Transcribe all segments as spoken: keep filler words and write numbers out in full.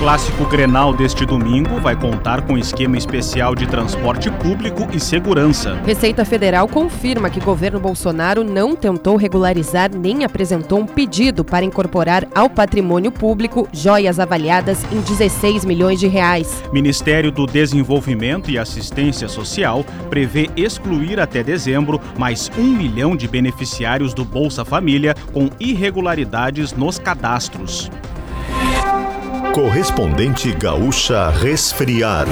Clássico Grenal deste domingo vai contar com esquema especial de transporte público e segurança. Receita Federal confirma que o governo Bolsonaro não tentou regularizar nem apresentou um pedido para incorporar ao patrimônio público joias avaliadas em dezesseis milhões de reais. Ministério do Desenvolvimento e Assistência Social prevê excluir até dezembro mais um milhão de beneficiários do Bolsa Família com irregularidades nos cadastros. Correspondente Gaúcha Resfriar.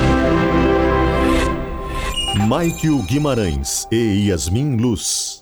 Maikio Guimarães e Yasmin Luz.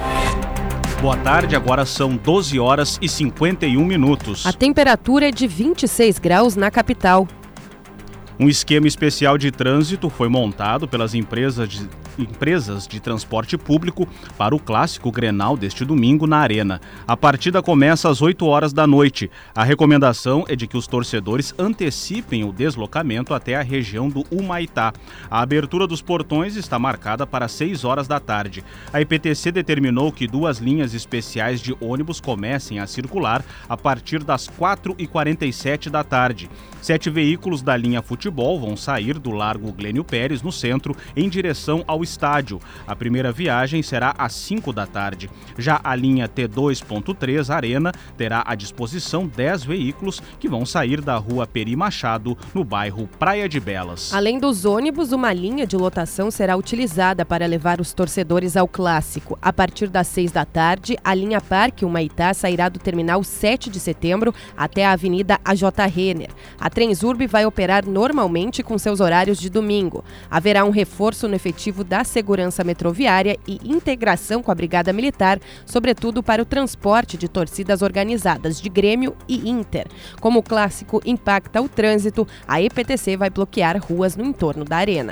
Boa tarde, agora são doze horas e cinquenta e um minutos. A temperatura é de vinte e seis graus na capital. Um esquema especial de trânsito foi montado pelas empresas de, empresas de transporte público para o Clássico Grenal deste domingo na Arena. A partida começa às oito horas da noite. A recomendação é de que os torcedores antecipem o deslocamento até a região do Humaitá. A abertura dos portões está marcada para seis horas da tarde. A I P T C determinou que duas linhas especiais de ônibus comecem a circular a partir das quatro e quarenta e sete da tarde. Sete veículos da linha Futebol vão sair do Largo Glênio Pérez, no centro, em direção ao estádio. A primeira viagem será às cinco da tarde. Já a linha T dois ponto três Arena terá à disposição dez veículos que vão sair da rua Peri Machado, no bairro Praia de Belas. Além dos ônibus, uma linha de lotação será utilizada para levar os torcedores ao Clássico. A partir das seis da tarde, a linha Parque Humaitá sairá do terminal sete de setembro até a Avenida A J. Renner. A Transurb vai operar normalmente Normalmente com seus horários de domingo. Haverá um reforço no efetivo da segurança metroviária e integração com a Brigada Militar, sobretudo para o transporte de torcidas organizadas de Grêmio e Inter. Como o Clássico impacta o trânsito, a E P T C vai bloquear ruas no entorno da Arena.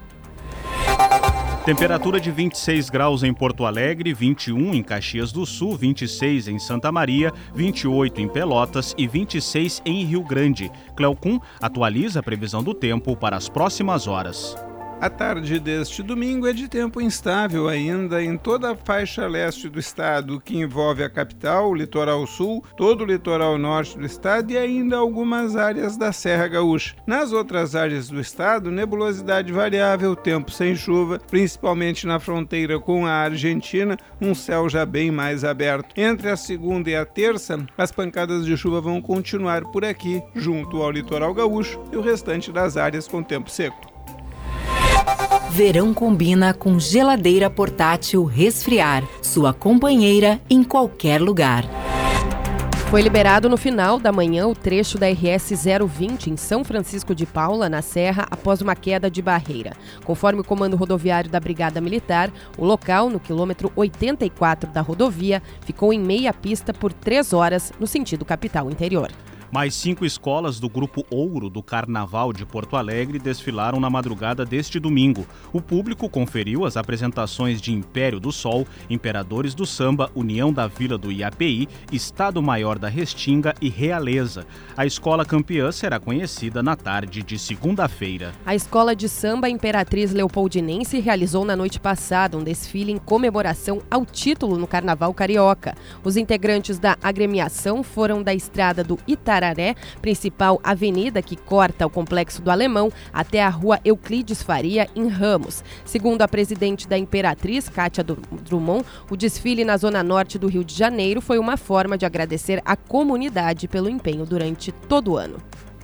Temperatura de vinte e seis graus em Porto Alegre, vinte e um em Caxias do Sul, vinte e seis em Santa Maria, vinte e oito em Pelotas e vinte e seis em Rio Grande. Cleocum atualiza a previsão do tempo para as próximas horas. A tarde deste domingo é de tempo instável ainda em toda a faixa leste do estado, que envolve a capital, o litoral sul, todo o litoral norte do estado e ainda algumas áreas da Serra Gaúcha. Nas outras áreas do estado, nebulosidade variável, tempo sem chuva, principalmente na fronteira com a Argentina, um céu já bem mais aberto. Entre a segunda e a terça, as pancadas de chuva vão continuar por aqui, junto ao litoral gaúcho e o restante das áreas com tempo seco. Verão combina com geladeira portátil Resfriar, sua companheira em qualquer lugar. Foi liberado no final da manhã o trecho da R S zero vinte em São Francisco de Paula, na Serra, após uma queda de barreira. Conforme o comando rodoviário da Brigada Militar, o local, no quilômetro oitenta e quatro da rodovia, ficou em meia pista por três horas no sentido capital-interior. Mais cinco escolas do Grupo Ouro do Carnaval de Porto Alegre desfilaram na madrugada deste domingo. O público conferiu as apresentações de Império do Sol, Imperadores do Samba, União da Vila do I A P I, Estado Maior da Restinga e Realeza. A escola campeã será conhecida na tarde de segunda-feira. A Escola de Samba Imperatriz Leopoldinense realizou na noite passada um desfile em comemoração ao título no Carnaval Carioca. Os integrantes da agremiação foram da estrada do Itararé, principal avenida que corta o Complexo do Alemão, até a rua Euclides Faria, em Ramos. Segundo a presidente da Imperatriz, Kátia Drummond, o desfile na zona norte do Rio de Janeiro foi uma forma de agradecer à comunidade pelo empenho durante todo o ano.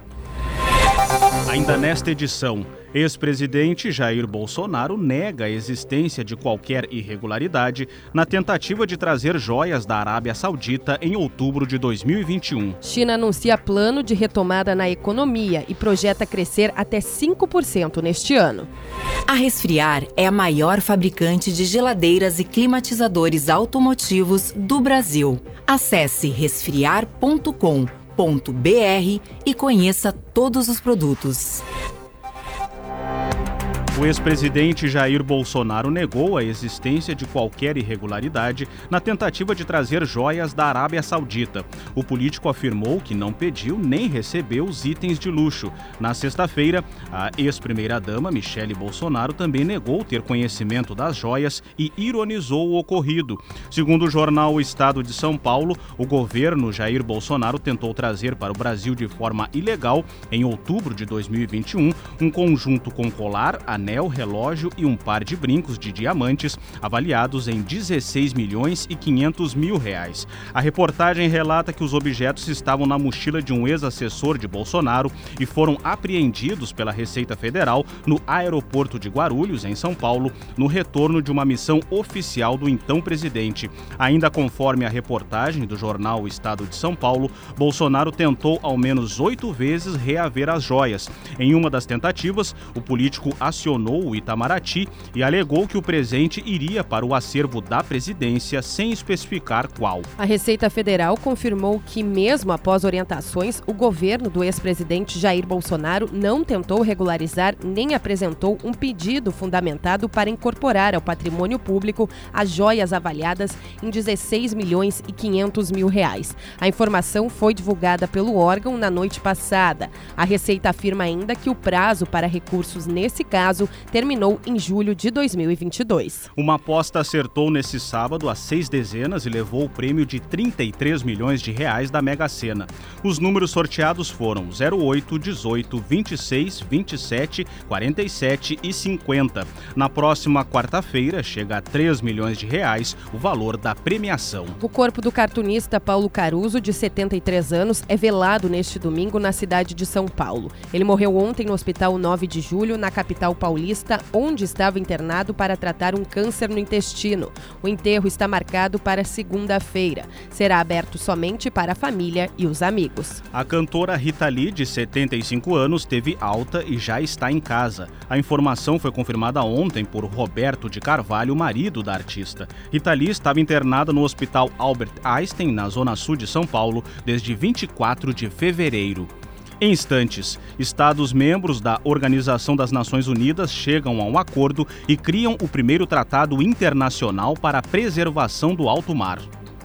Ainda nesta edição, ex-presidente Jair Bolsonaro nega a existência de qualquer irregularidade na tentativa de trazer joias da Arábia Saudita em outubro de dois mil e vinte e um. China anuncia plano de retomada na economia e projeta crescer até cinco por cento neste ano. A Resfriar é a maior fabricante de geladeiras e climatizadores automotivos do Brasil. Acesse resfriar ponto com ponto br e conheça todos os produtos. O ex-presidente Jair Bolsonaro negou a existência de qualquer irregularidade na tentativa de trazer joias da Arábia Saudita. O político afirmou que não pediu nem recebeu os itens de luxo. Na sexta-feira, a ex-primeira-dama Michele Bolsonaro também negou ter conhecimento das joias e ironizou o ocorrido. Segundo o jornal O Estado de São Paulo, o governo Jair Bolsonaro tentou trazer para o Brasil de forma ilegal, em outubro de dois mil e vinte e um, um conjunto com colar, anel, relógio e um par de brincos de diamantes avaliados em dezesseis milhões e quinhentos mil reais. A reportagem relata que os objetos estavam na mochila de um ex-assessor de Bolsonaro e foram apreendidos pela Receita Federal no aeroporto de Guarulhos, em São Paulo, no retorno de uma missão oficial do então presidente. Ainda conforme a reportagem do jornal O Estado de São Paulo, Bolsonaro tentou ao menos oito vezes reaver as joias. Em uma das tentativas, o político acionou o Itamaraty e alegou que o presente iria para o acervo da presidência sem especificar qual. A Receita Federal confirmou que, mesmo após orientações, o governo do ex-presidente Jair Bolsonaro não tentou regularizar nem apresentou um pedido fundamentado para incorporar ao patrimônio público as joias avaliadas em dezesseis milhões e quinhentos mil reais. A informação foi divulgada pelo órgão na noite passada. A Receita afirma ainda que o prazo para recursos nesse caso terminou em julho de dois mil e vinte e dois. Uma aposta acertou nesse sábado as seis dezenas e levou o prêmio de trinta e três milhões de reais da Mega Sena. Os números sorteados foram zero oito, dezoito, vinte e seis, vinte e sete, quarenta e sete e cinquenta. Na próxima quarta-feira chega a três milhões de reais o valor da premiação. O corpo do cartunista Paulo Caruso, de setenta e três anos, é velado neste domingo na cidade de São Paulo. Ele morreu ontem no Hospital nove de julho, na capital paulista, onde estava internado para tratar um câncer no intestino. O enterro está marcado para segunda-feira. Será aberto somente para a família e os amigos. A cantora Rita Lee, de setenta e cinco anos, teve alta e já está em casa. A informação foi confirmada ontem por Roberto de Carvalho, marido da artista. Rita Lee estava internada no Hospital Albert Einstein, na zona sul de São Paulo, desde vinte e quatro de fevereiro. Em instantes, Estados-membros da Organização das Nações Unidas chegam a um acordo e criam o primeiro tratado internacional para a preservação do alto mar.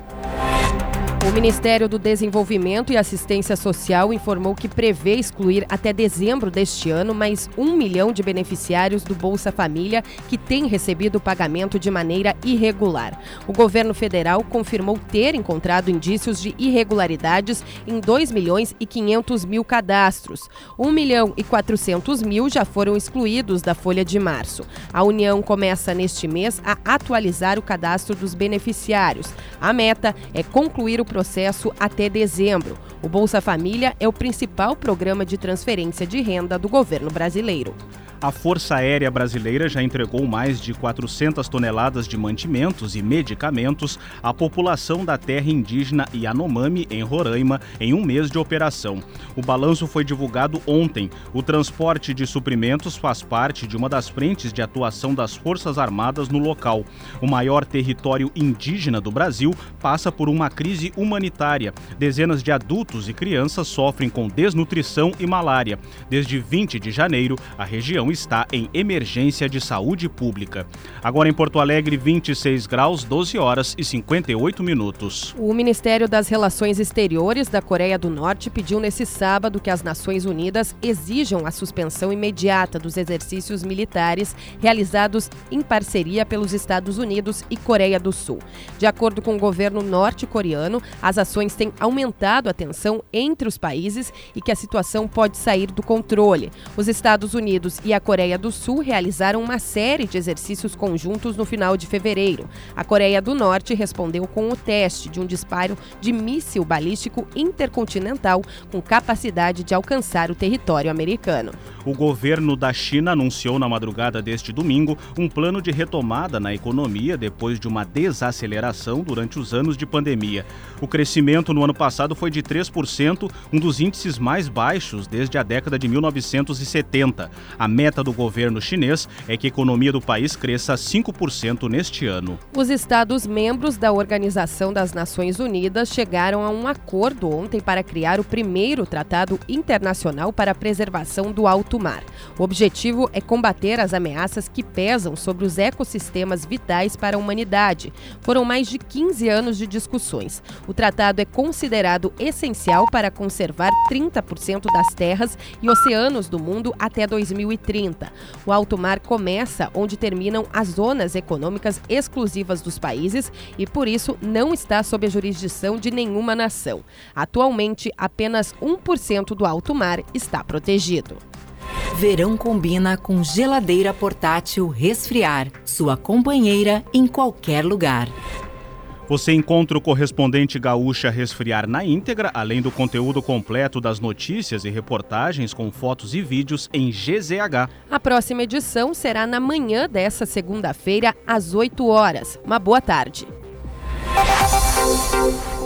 O Ministério do Desenvolvimento e Assistência Social informou que prevê excluir até dezembro deste ano mais um milhão de beneficiários do Bolsa Família que têm recebido o pagamento de maneira irregular. O governo federal confirmou ter encontrado indícios de irregularidades em dois milhões e quinhentos mil cadastros. um milhão e quatrocentos mil já foram excluídos da folha de março. A União começa neste mês a atualizar o cadastro dos beneficiários. A meta é concluir o processo até dezembro. O Bolsa Família é o principal programa de transferência de renda do governo brasileiro. A Força Aérea Brasileira já entregou mais de quatrocentas toneladas de mantimentos e medicamentos à população da terra indígena Yanomami, em Roraima, em um mês de operação. O balanço foi divulgado ontem. O transporte de suprimentos faz parte de uma das frentes de atuação das Forças Armadas no local. O maior território indígena do Brasil passa por uma crise humanitária. Dezenas de adultos e crianças sofrem com desnutrição e malária. Desde vinte de janeiro, a região está em emergência de saúde pública. Agora em Porto Alegre, vinte e seis graus, doze horas e cinquenta e oito minutos. O Ministério das Relações Exteriores da Coreia do Norte pediu nesse sábado que as Nações Unidas exijam a suspensão imediata dos exercícios militares realizados em parceria pelos Estados Unidos e Coreia do Sul. De acordo com o governo norte-coreano, as ações têm aumentado a tensão entre os países e que a situação pode sair do controle. Os Estados Unidos e a Coreia do Sul realizaram uma série de exercícios conjuntos no final de fevereiro. A Coreia do Norte respondeu com o teste de um disparo de míssil balístico intercontinental com capacidade de alcançar o território americano. O governo da China anunciou na madrugada deste domingo um plano de retomada na economia depois de uma desaceleração durante os anos de pandemia. O crescimento no ano passado foi de três por cento, um dos índices mais baixos desde a década de mil novecentos e setenta. A meta do governo chinês é que a economia do país cresça cinco por cento neste ano. Os Estados-membros da Organização das Nações Unidas chegaram a um acordo ontem para criar o primeiro tratado internacional para a preservação do alto mar. O objetivo é combater as ameaças que pesam sobre os ecossistemas vitais para a humanidade. Foram mais de quinze anos de discussões. O tratado é considerado essencial para conservar trinta por cento das terras e oceanos do mundo até dois mil e trinta. O alto mar começa onde terminam as zonas econômicas exclusivas dos países e, por isso, não está sob a jurisdição de nenhuma nação. Atualmente, apenas um por cento do alto mar está protegido. Verão combina com geladeira portátil Resfriar, sua companheira em qualquer lugar. Você encontra o correspondente Gaúcha Resfriar na íntegra, além do conteúdo completo das notícias e reportagens com fotos e vídeos em G Z H. A próxima edição será na manhã dessa segunda-feira, às oito horas. Uma boa tarde.